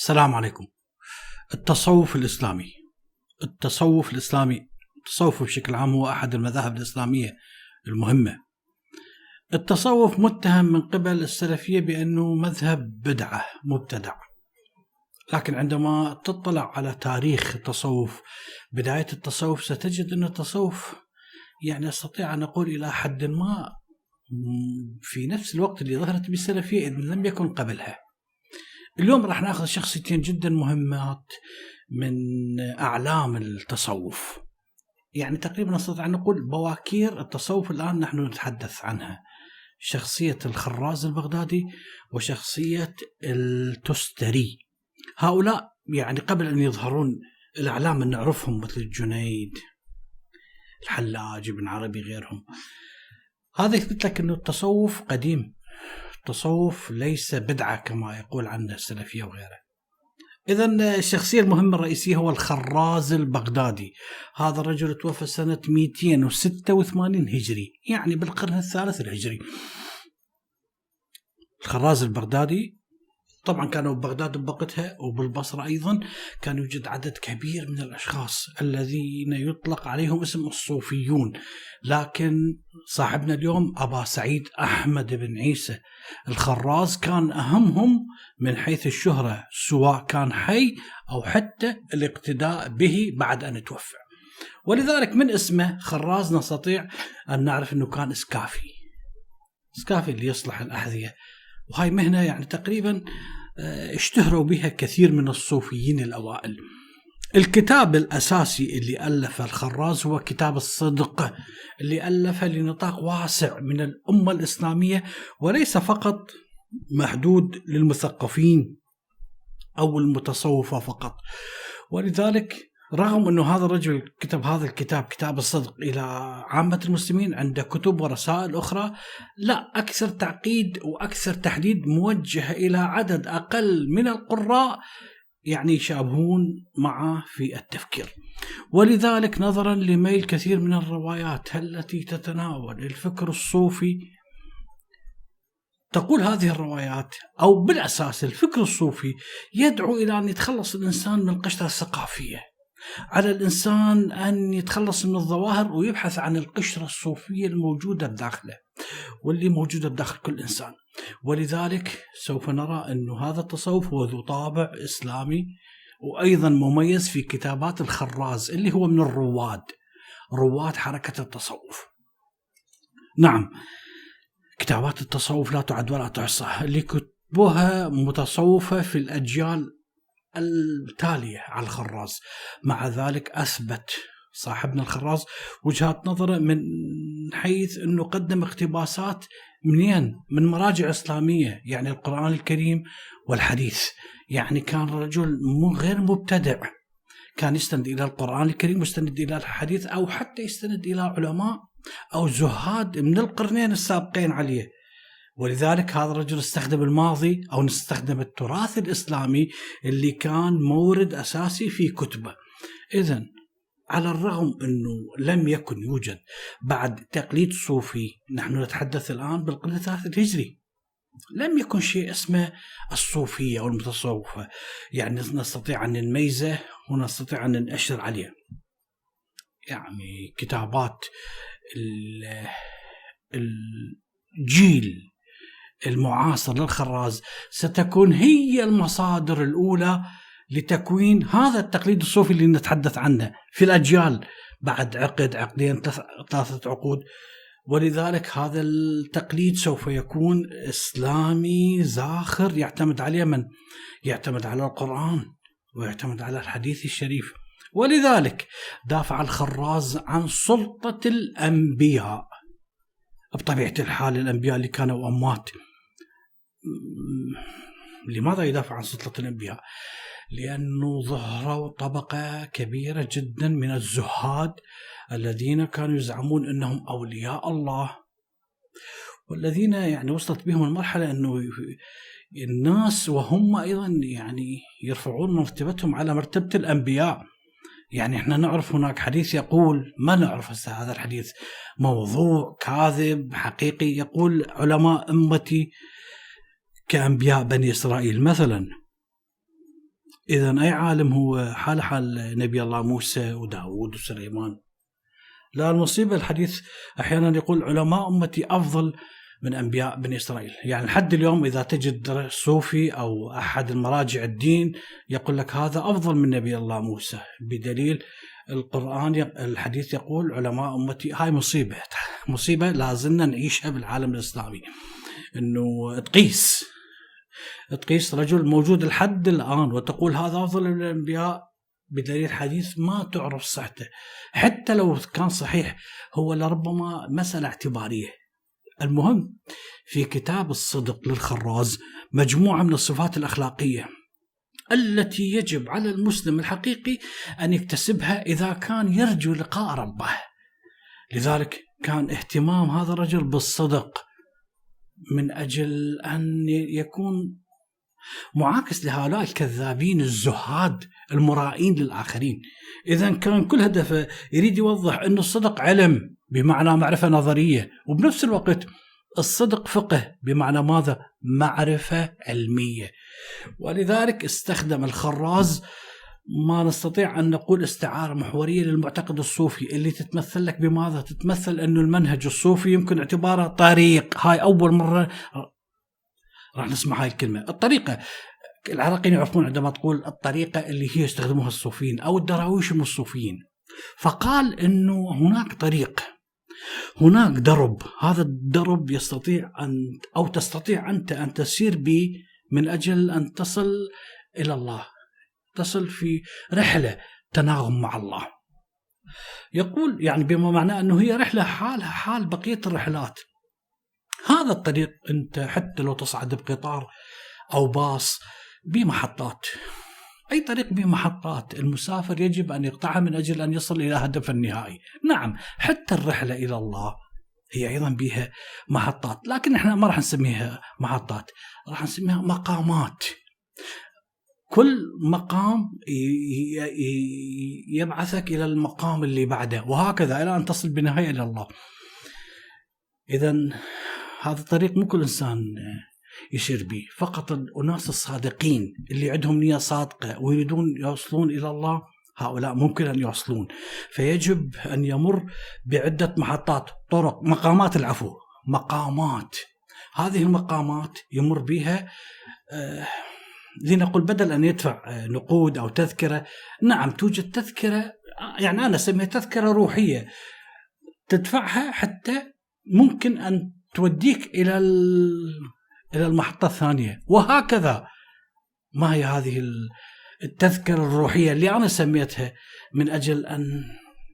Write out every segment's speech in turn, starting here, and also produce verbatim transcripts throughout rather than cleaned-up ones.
السلام عليكم. التصوف الإسلامي التصوف الإسلامي التصوف بشكل عام هو أحد المذاهب الإسلامية المهمة. التصوف متهم من قبل السلفية بأنه مذهب بدعة مبتدع، لكن عندما تطلع على تاريخ التصوف، بداية التصوف، ستجد أن التصوف يعني أستطيع أن أقول إلى حد ما في نفس الوقت اللي ظهرت بالسلفية إذ لم يكن قبلها. اليوم راح ناخذ شخصيتين جدا مهمات من أعلام التصوف، يعني تقريبا نستطيع أن نقول بواكير التصوف الآن نحن نتحدث عنها، شخصية الخراز البغدادي وشخصية التستري. هؤلاء يعني قبل أن يظهرون الأعلام أن نعرفهم مثل الجنيد، الحلاج، ابن عربي، غيرهم. هذا يثبت لك أن التصوف قديم، التصوف ليس بدعة كما يقول عنه السلفية وغيره. إذن الشخصية المهمة الرئيسية هو الخراز البغدادي. هذا الرجل توفى سنة مئتين وستة وثمانين هجري، يعني بالقرن الثالث الهجري. الخراز البغدادي طبعا كانوا ببغداد بوقتها وبالبصرة أيضا كان يوجد عدد كبير من الأشخاص الذين يطلق عليهم اسم الصوفيون، لكن صاحبنا اليوم أبا سعيد أحمد بن عيسى الخراز كان أهمهم من حيث الشهرة، سواء كان حي أو حتى الاقتداء به بعد أن توفى. ولذلك من اسمه خراز نستطيع أن نعرف أنه كان إسكافي، إسكافي اللي يصلح الأحذية، وهاي مهنة يعني تقريبا اشتهروا بها كثير من الصوفيين الأوائل. الكتاب الأساسي اللي ألف الخراز هو كتاب الصدق، اللي ألفه لنطاق واسع من الأمة الإسلامية، وليس فقط محدود للمثقفين أو المتصوفة فقط. ولذلك رغم أنه هذا الرجل كتب هذا الكتاب كتاب الصدق إلى عامة المسلمين، عنده كتب ورسائل أخرى لا أكثر تعقيد وأكثر تحديد موجهة إلى عدد أقل من القراء يعني يشابهون معه في التفكير. ولذلك نظرا لميل كثير من الروايات التي تتناول الفكر الصوفي، تقول هذه الروايات أو بالأساس الفكر الصوفي يدعو إلى أن يتخلص الإنسان من القشرة الثقافية، على الإنسان أن يتخلص من الظواهر ويبحث عن القشرة الصوفية الموجودة بداخله واللي موجودة بداخل كل إنسان. ولذلك سوف نرى أن هذا التصوف هو ذو طابع إسلامي، وأيضا مميز في كتابات الخراز اللي هو من الرواد رواد حركة التصوف. نعم، كتابات التصوف لا تعد ولا تحصى، اللي كتبوها متصوفة في الأجيال التالية على الخراز. مع ذلك أثبت صاحبنا الخراز وجهات نظره من حيث أنه قدم اقتباسات منين؟ من مراجع إسلامية، يعني القرآن الكريم والحديث. يعني كان رجل غير مبتدع، كان يستند إلى القرآن الكريم ويستند إلى الحديث، أو حتى يستند إلى علماء أو زهاد من القرنين السابقين عليه. ولذلك هذا الرجل استخدم الماضي أو نستخدم التراث الإسلامي اللي كان مورد أساسي في كتبه. إذن على الرغم أنه لم يكن يوجد بعد تقليد صوفي، نحن نتحدث الآن بالقرن الثالث الهجري، لم يكن شيء اسمه الصوفية أو المتصوفة، يعني نستطيع أن نميزه ونستطيع أن نأشر عليه. يعني كتابات الجيل المعاصر للخراز ستكون هي المصادر الأولى لتكوين هذا التقليد الصوفي اللي نتحدث عنه في الأجيال بعد عقد عقدين ثلاثة عقود. ولذلك هذا التقليد سوف يكون إسلامي زاخر، يعتمد عليه من؟ يعتمد على القرآن ويعتمد على الحديث الشريف. ولذلك دافع الخراز عن سلطة الأنبياء. بطبيعة الحال الأنبياء اللي كانوا أموات، لماذا يدافع عن سلطة الأنبياء؟ لأنه ظهروا طبقة كبيرة جدا من الزهاد الذين كانوا يزعمون أنهم أولياء الله، والذين يعني وصلت بهم المرحلة أنه الناس وهم أيضا يعني يرفعون مرتبتهم على مرتبة الأنبياء. يعني احنا نعرف هناك حديث يقول، ما نعرف هذا الحديث موضوع كاذب حقيقي، يقول علماء أمتي كأنبياء بني إسرائيل مثلا. إذن أي عالم هو حال حال نبي الله موسى وداود وسليمان؟ لا، المصيبة الحديث أحيانا يقول علماء أمتي أفضل من أنبياء بني إسرائيل. يعني لحد اليوم إذا تجد صوفي أو أحد المراجع الدين يقول لك هذا أفضل من نبي الله موسى، بدليل القرآن الحديث يقول علماء أمتي. هاي مصيبة مصيبة لازلنا نعيشها بالعالم الإسلامي، إنه تقيس تقيس رجل موجود لحد الآن وتقول هذا أفضل من الأنبياء، بدليل حديث ما تعرف صحته. حتى لو كان صحيح هو لربما مسألة اعتبارية. المهم في كتاب الصدق للخراز مجموعة من الصفات الأخلاقية التي يجب على المسلم الحقيقي أن يكتسبها إذا كان يرجو لقاء ربه. لذلك كان اهتمام هذا الرجل بالصدق من أجل أن يكون معاكس لهؤلاء الكذابين الزهاد المرائين للآخرين. إذن كان كل هدفه يريد يوضح أن الصدق علم بمعنى معرفة نظرية، وبنفس الوقت الصدق فقه بمعنى ماذا؟ معرفة علمية. ولذلك استخدم الخراز ما نستطيع أن نقول استعارة محورية للمعتقد الصوفي اللي تتمثل لك بماذا؟ تتمثل أنه المنهج الصوفي يمكن اعتباره طريق. هاي أول مرة راح نسمع هاي الكلمة، الطريقة. العراقيين يعرفون عندما تقول الطريقة اللي هي يستخدموها الصوفيين أو الدراويش من الصوفيين. فقال أنه هناك طريق، هناك درب، هذا الدرب يستطيع أن أو تستطيع أنت أن تسير به من أجل أن تصل إلى الله، تصل في رحلة تناغم مع الله. يقول يعني بما معناه أنه هي رحلة حالها حال بقية الرحلات. هذا الطريق أنت حتى لو تصعد بقطار أو باص بمحطات، أي طريق بمحطات، المسافر يجب أن يقطعها من أجل أن يصل إلى هدف النهائي. نعم، حتى الرحلة إلى الله هي أيضا بها محطات، لكن إحنا ما راح نسميها محطات، راح نسميها مقامات. كل مقام يبعثك إلى المقام اللي بعده، وهكذا إلى أن تصل بنهاية إلى الله. إذن هذا الطريق مو كل إنسان يسير به، فقط الناس الصادقين اللي عندهم نية صادقة ويريدون يوصلون إلى الله، هؤلاء ممكن أن يوصلون. فيجب أن يمر بعدة محطات، طرق، مقامات، العفو مقامات. هذه المقامات يمر بها آه لنقول بدل أن يدفع نقود أو تذكرة. نعم توجد تذكرة، يعني أنا أسميها تذكرة روحية، تدفعها حتى ممكن أن توديك إلى إلى المحطة الثانية، وهكذا. ما هي هذه التذكرة الروحية اللي أنا سميتها من أجل أن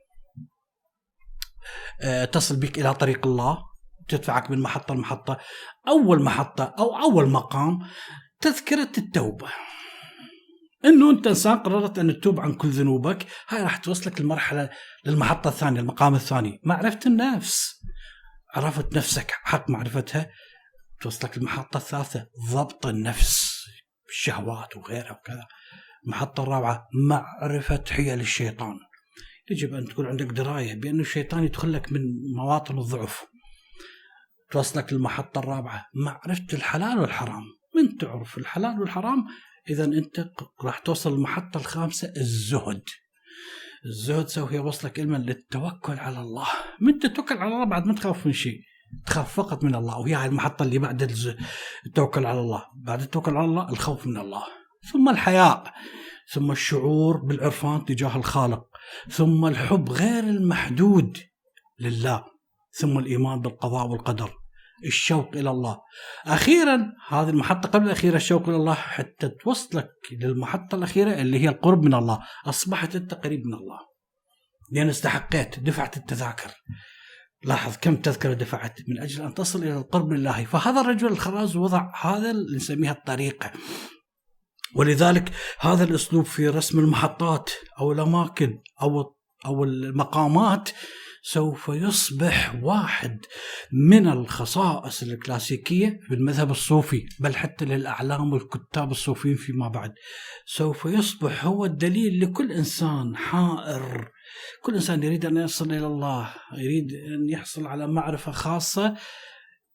تصل بك إلى طريق الله، تدفعك من محطة لمحطة. أول محطة أو أول مقام تذكرة التوبة، إنه أنت إنسان قررت أن تتوب عن كل ذنوبك. هاي راح توصلك المرحلة للمحطة الثانية، المقام الثاني، معرفة النفس. عرفت نفسك حق معرفتها، توصلك المحطة الثالثة، ضبط النفس بالشهوات وغيرها وكذا. المحطة الرابعة معرفة حيل الشيطان، يجب أن تكون عندك دراية بأن الشيطان يدخلك من مواطن الضعف. توصلك المحطة الرابعة معرفة الحلال والحرام، من تعرف الحلال والحرام إذا أنت راح توصل المحطة الخامسة، الزهد. الزهد سوف يوصلك علما للتوكل على الله. من تتوكل على الله بعد ما تخاف من شيء، تخاف فقط من الله، وهي المحطة اللي بعد التوكل على الله. بعد التوكل على الله الخوف من الله، ثم الحياء، ثم الشعور بالعرفان تجاه الخالق، ثم الحب غير المحدود لله، ثم الإيمان بالقضاء والقدر، الشوق إلى الله. أخيرا هذه المحطة قبل الأخيرة الشوق إلى الله، حتى توصلك للمحطة الأخيرة اللي هي القرب من الله. أصبحت أنت قريب من الله لأن استحقيت، دفعت التذاكر. لاحظ كم تذكرة دفعت من أجل أن تصل إلى القرب من الله. فهذا الرجل الخراز وضع هذا اللي نسميها الطريقة. ولذلك هذا الأسلوب في رسم المحطات أو الأماكن أو أو المقامات سوف يصبح واحد من الخصائص الكلاسيكية في المذهب الصوفي، بل حتى للأعلام والكتاب الصوفيين فيما بعد. سوف يصبح هو الدليل لكل إنسان حائر، كل إنسان يريد أن يصل إلى الله، يريد أن يحصل على معرفة خاصة،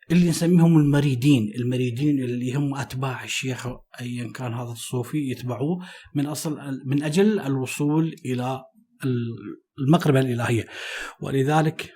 اللي نسميهم المريدين، المريدين اللي هم أتباع الشيخ أيا كان هذا الصوفي يتبعوه من أصل من أجل الوصول إلى المقربة الإلهية. ولذلك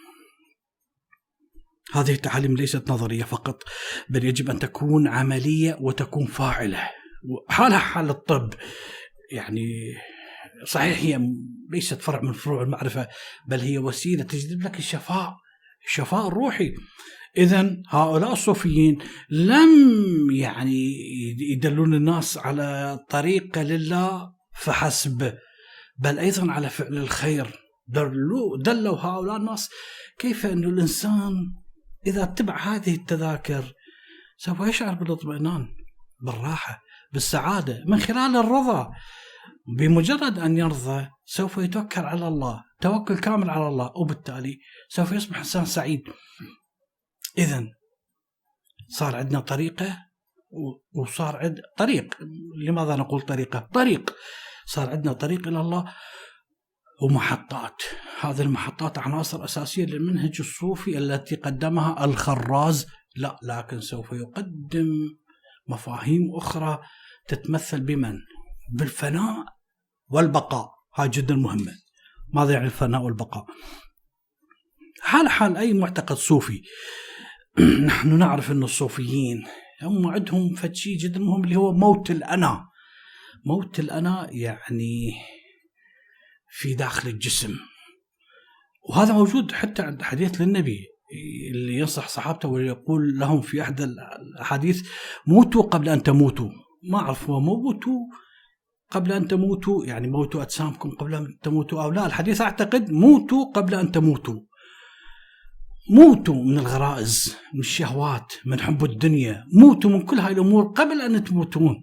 هذه التعاليم ليست نظرية فقط، بل يجب أن تكون عملية وتكون فاعلة، حالها حال الطب. يعني صحيح هي ليست فرع من فروع المعرفة، بل هي وسيلة تجلب لك الشفاء، الشفاء الروحي. إذن هؤلاء الصوفيين لم يعني يدلون الناس على طريقة لله فحسب، بل أيضا على فعل الخير. دلوا, دلوا هؤلاء الناس كيف أن الإنسان إذا اتبع هذه التذاكر سوف يشعر بالاطمئنان، بالراحة، بالسعادة، من خلال الرضا. بمجرد أن يرضى سوف يتوكل على الله توكل كامل على الله، وبالتالي سوف يصبح إنسان سعيد. إذن صار عندنا طريقة وصار عند طريق. لماذا نقول طريقة؟ طريق، صار عندنا طريق إلى الله ومحطات. هذه المحطات عناصر أساسية للمنهج الصوفي التي قدمها الخراز، لا لكن سوف يقدم مفاهيم أخرى تتمثل بمن؟ بالفناء والبقاء. هاي جدا مهمة. ماذا يعني الفناء والبقاء؟ حال حال أي معتقد صوفي. نحن نعرف أن الصوفيين هم عندهم فتشي جدا مهم اللي هو موت الأنا. موت الأنا يعني في داخل الجسم، وهذا موجود حتى عند حديث للنبي اللي ينصح صحابته ويقول لهم في أحد الحديث: موتوا قبل أن تموتوا. ما أعرف هو موتوا قبل أن تموتوا يعني موتوا أجسامكم قبل أن تموتوا أو لا. الحديث أعتقد موتوا قبل أن تموتوا. موتوا من الغرائز، من الشهوات، من حب الدنيا، موتوا من كل هاي الأمور قبل أن تموتون.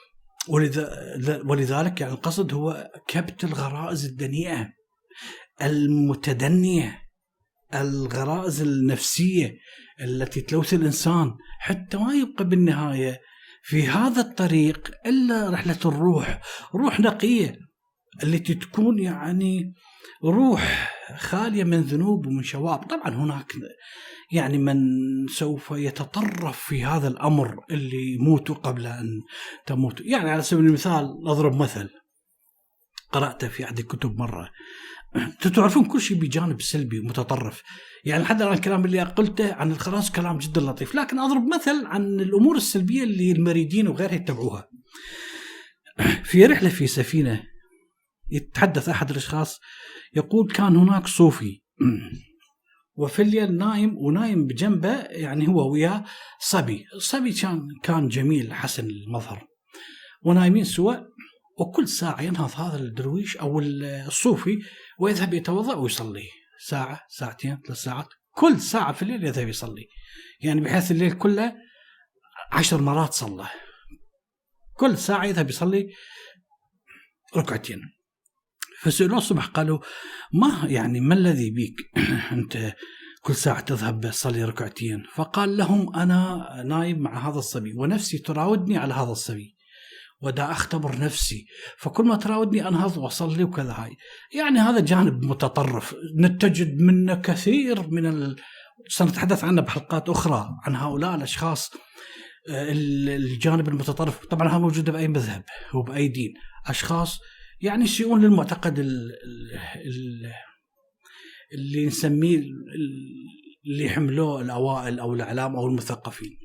ولذلك يعني القصد هو كبت الغرائز الدنيئة المتدنية، الغرائز النفسية التي تلوث الإنسان، حتى ما يبقى بالنهاية في هذا الطريق إلا رحلة الروح، روح نقية التي تكون يعني روح خالية من ذنوب ومن شواب. طبعا هناك يعني من سوف يتطرف في هذا الأمر اللي يموتوا قبل أن تموتوا. يعني على سبيل المثال نضرب مثل قرأته في أحد الكتب مرة. تعرفون كل شيء بجانب سلبي ومتطرف. يعني لحد الآن الكلام اللي قلته عن الخراز كلام جدا لطيف، لكن أضرب مثل عن الأمور السلبية اللي المريدين وغيرها يتبعوها. في رحلة في سفينة يتحدث أحد الأشخاص يقول: كان هناك صوفي وفي الليل نايم، ونايم بجنبه يعني هو وياه صبي. الصبي كان كان جميل حسن المظهر، ونايمين سوا. وكل ساعة ينهض هذا الدرويش أو الصوفي ويذهب يتوضأ ويصلي، ساعة ساعتين ثلاث ساعات، كل ساعة في الليل يذهب يصلي. يعني بحيث الليل كله عشر مرات صلى، كل ساعة يذهب يصلي ركعتين. فسألوه الصبح قالوا: ما يعني ما الذي بيك أنت كل ساعة تذهب تصلي ركعتين؟ فقال لهم: أنا نايم مع هذا الصبي ونفسي تراودني على هذا الصبي، ودا أختبر نفسي، فكل ما تراودني أنهض وأصلي وكذا. هاي يعني هذا جانب متطرف نتجد منه كثير من ال... سنتحدث عنه بحلقات أخرى عن هؤلاء الأشخاص. الجانب المتطرف طبعا هذا موجود بأي مذهب وبأي دين، أشخاص يعني يسيئون للمعتقد ال... ال... اللي نسميه اللي يحملوه الأوائل أو الأعلام أو المثقفين،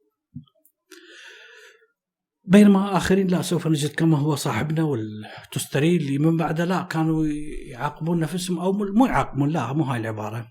بينما آخرين لا، سوف نجد كما هو صاحبنا والتستري اللي من بعد لا كانوا يعاقبون نفسهم، أو مو يعاقبون، لا مو هاي العبارة،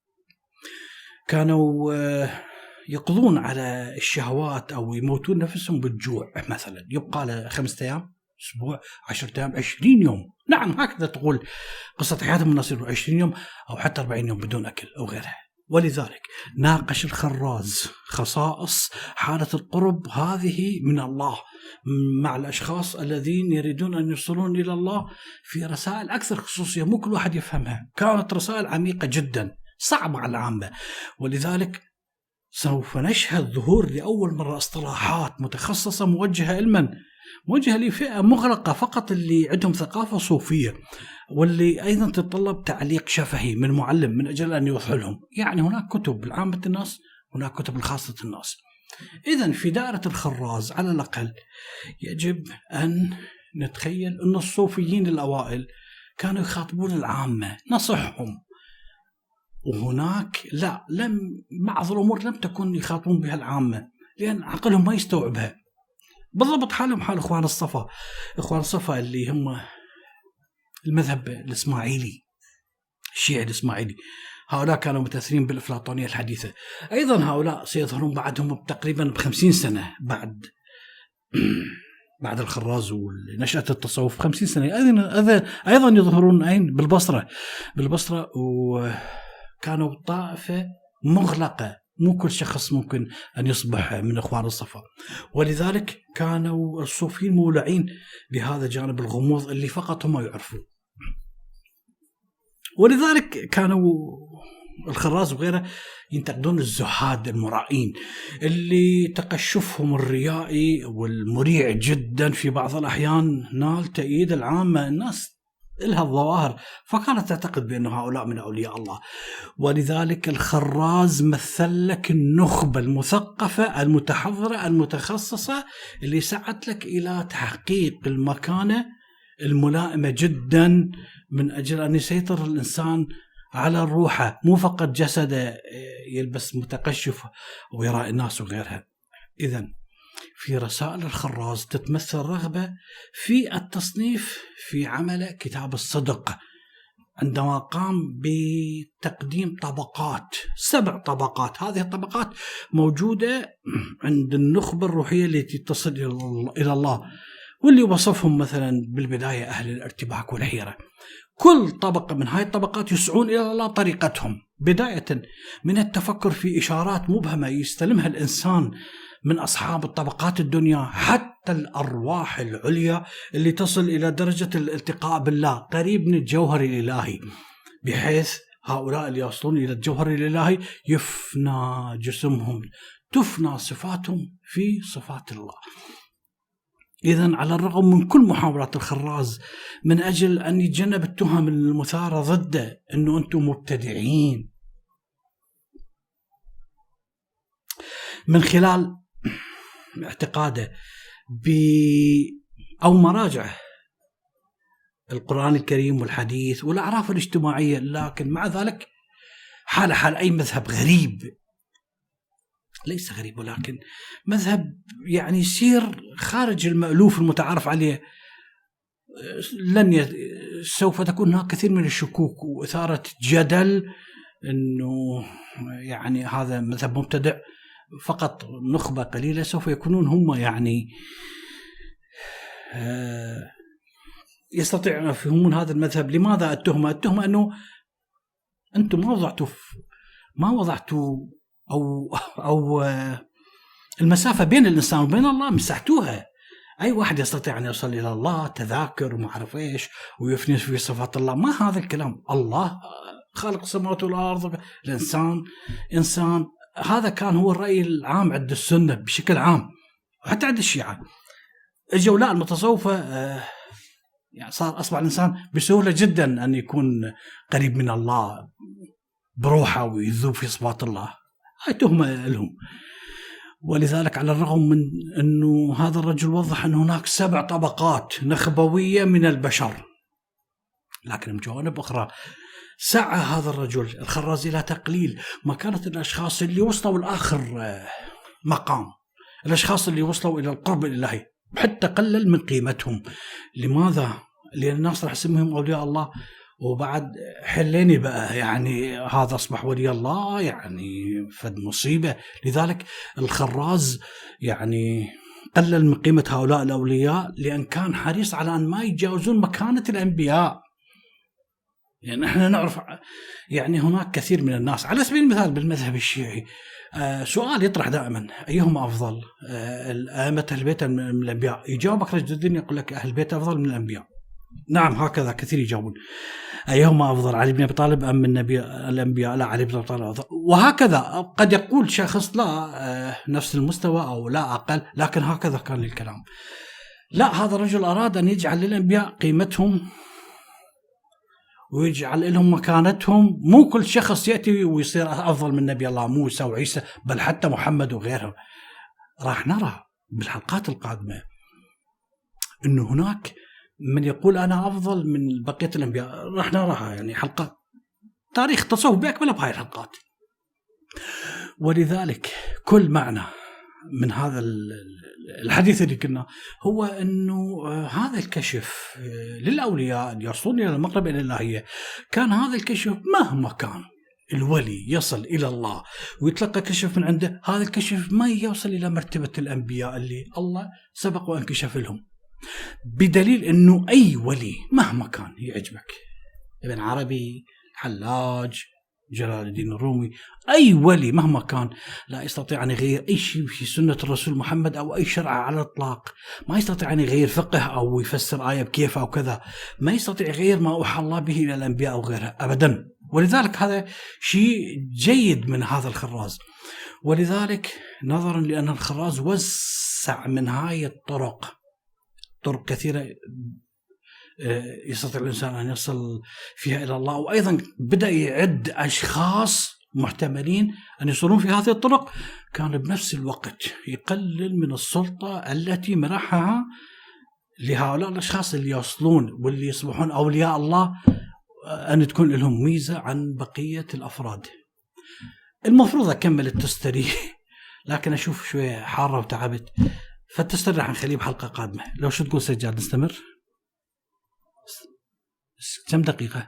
كانوا يقضون على الشهوات أو يموتون نفسهم بالجوع. مثلا يبقى له خمسة أيام، أسبوع، عشرة أيام، عشرين يوم، نعم هكذا تقول قصة حياتهم، الناس عشرين يوم أو حتى أربعين يوم بدون أكل أو غيرها. ولذلك ناقش الخراز خصائص حالة القرب هذه من الله مع الأشخاص الذين يريدون أن يصلون إلى الله في رسائل أكثر خصوصية، مو كل واحد يفهمها، كانت رسائل عميقة جدا صعبة على العامة. ولذلك سوف نشهد ظهور لأول مرة اصطلاحات متخصصة موجهة علما، موجهة لفئة مغلقة فقط اللي عندهم ثقافة صوفية، واللي أيضا تتطلب تعليق شفهي من معلم من أجل أن يوضح لهم. يعني هناك كتب لعامة الناس هناك كتب لخاصة الناس. إذن في دائرة الخراز على الأقل يجب أن نتخيل أن الصوفيين الأوائل كانوا يخاطبون العامة، نصحهم، وهناك لا لم بعض الأمور لم تكن يخاطبون بها العامة لأن عقلهم ما يستوعبها. بالضبط حالهم حال إخوان الصفا، إخوان الصفا اللي هم المذهب الإسماعيلي، الشيعي الإسماعيلي، هؤلاء كانوا متأثرين بالأفلاطونية الحديثة. أيضا هؤلاء سيظهرون بعدهم تقريبا بخمسين سنة بعد بعد الخراز ونشأة التصوف، خمسين سنة أيضا أيضا يظهرون أين؟ بالبصرة. بالبصرة وكانوا طائفة مغلقة، مو كل شخص ممكن أن يصبح من إخوان الصفا، ولذلك كانوا الصوفيين مولعين بهذا جانب الغموض اللي فقط هم يعرفون. ولذلك كانوا الخراز وغيره ينتقدون الزهاد المرائين اللي تقشفهم الريائي والمريع جدا في بعض الأحيان نال تأييد العامة، الناس لها الظواهر فكانت تعتقد بأن هؤلاء من أولياء الله. ولذلك الخراز مثل لك النخبة المثقفة المتحضرة المتخصصة اللي سعت لك إلى تحقيق المكانة الملائمة جدا من أجل أن يسيطر الإنسان على روحه، مو فقط جسده يلبس متقشف ويراء الناس وغيرها. إذن في رسائل الخراز تتمثل رغبة في التصنيف في عمل كتاب الصدق، عندما قام بتقديم طبقات، سبع طبقات. هذه الطبقات موجودة عند النخبة الروحية التي تصل إلى الله، واللي وصفهم مثلا بالبداية أهل الارتباك والحيرة. كل طبقة من هاي الطبقات يسعون إلى الله طريقتهم، بداية من التفكر في إشارات مبهمة يستلمها الإنسان من أصحاب الطبقات الدنيا، حتى الأرواح العليا اللي تصل إلى درجة الالتقاء بالله قريب من الجوهر الإلهي، بحيث هؤلاء اللي يصلون إلى الجوهر الإلهي يفنى جسمهم، تفنى صفاتهم في صفات الله. إذن على الرغم من كل محاولات الخراز من أجل أن يتجنب التهم المثارة ضده أنه أنتم مبتدعين، من خلال اعتقاده ب أو مراجعه القرآن الكريم والحديث والأعراف الاجتماعية، لكن مع ذلك حال حال أي مذهب غريب، ليس غريب ولكن مذهب يعني يصير خارج المألوف المتعارف عليه، لن ي... سوف تكون هناك كثير من الشكوك وإثارة جدل أنه يعني هذا مذهب مبتدع، فقط نخبة قليلة سوف يكونون هم يعني يستطيعون يفهمون هذا المذهب. لماذا التهمة؟ التهمة أنه أنتم ما وضعتوا ما وضعتوا أو أو المسافة بين الإنسان وبين الله مسحتوها. أي واحد يستطيع أن يصل إلى الله تذاكر وما أعرف إيش ويفني في صفات الله، ما هذا الكلام. الله خالق السماوات والأرض، الإنسان إنسان. هذا كان هو الرأي العام عند السنة بشكل عام، وحتى عند الشيعة. الجولاء المتصوفة يعني صار أصبح الإنسان بسهولة جدا أن يكون قريب من الله بروحه ويذوب في صفات الله، هاي تهمة لهم. ولذلك على الرغم من أنه هذا الرجل وضح أن هناك سبع طبقات نخبوية من البشر، لكن من جوانب أخرى سعى هذا الرجل الخراز إلى تقليل مكانة الأشخاص اللي وصلوا لآخر مقام، الأشخاص اللي وصلوا إلى القرب الإلهي، حتى قلل من قيمتهم. لماذا؟ لأن الناس راح يسميهم أولياء الله، وبعد حليني بقى يعني هذا أصبح ولي الله، يعني فد مصيبة. لذلك الخراز يعني قلل من قيمة هؤلاء الأولياء، لأن كان حريص على أن ما يتجاوزون مكانة الأنبياء. يعني احنا نعرف يعني هناك كثير من الناس على سبيل المثال بالمذهب الشيعي آه سؤال يطرح دائما: أيهما أفضل، آه أئمة أهل البيت من الأنبياء؟ يجاوبك رشد الدين يقول لك أهل البيت أفضل من الأنبياء. نعم هكذا كثير يجاوبون. أيهما أفضل، علي بن أبي طالب أم النبي الأنبياء؟ لا، علي بن أبي طالب أفضل. وهكذا قد يقول شخص لا آه نفس المستوى أو لا أقل، لكن هكذا كان الكلام. لا، هذا الرجل أراد أن يجعل للأنبياء قيمتهم ويجعل لهم مكانتهم. مو كل شخص يأتي ويصير أفضل من نبي الله موسى وعيسى، بل حتى محمد وغيرهم. راح نرى بالحلقات القادمة أنه هناك من يقول أنا أفضل من بقية الأنبياء. راح نراها يعني حلقات تاريخ التصوف بأكمله بهاي الحلقات. ولذلك كل معنى من هذا الحديث اللي قلنا هو أنه هذا الكشف للأولياء اللي يصلون إلى المقربة الإلهية، كان هذا الكشف مهما كان الولي يصل إلى الله ويتلقى كشف من عنده، هذا الكشف ما يوصل إلى مرتبة الأنبياء اللي الله سبق وانكشف لهم. بدليل أنه أي ولي مهما كان يعجبك، ابن عربي، حلاج، جلال الدين الرومي، أي ولي مهما كان لا يستطيع أن يغير أي شيء في سنة الرسول محمد أو أي شرع على الإطلاق. ما يستطيع أن يغير فقه أو يفسر آية بكيفه أو كذا، ما يستطيع يغير ما أوحى الله به إلى الأنبياء أو غيرها أبدا. ولذلك هذا شيء جيد من هذا الخراز. ولذلك نظرا لأن الخراز وسع من هاي الطرق، طرق كثيرة يستطيع الإنسان أن يصل فيها إلى الله، وأيضا بدأ يعد أشخاص محتملين أن يصلون في هذه الطرق، كان بنفس الوقت يقلل من السلطة التي منحها لهؤلاء الأشخاص اللي يصلون واللي يصبحون أولياء الله، أن تكون لهم ميزة عن بقية الأفراد. المفروض أكمل التستري لكن أشوف شوية حارة وتعبت، فالتستري رح نخليه بحلقة قادمة. لو شو تقول سجاد نستمر؟ كم دقيقة؟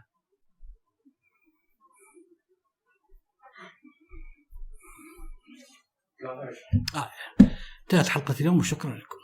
آه. انتهت حلقة اليوم وشكرا لكم.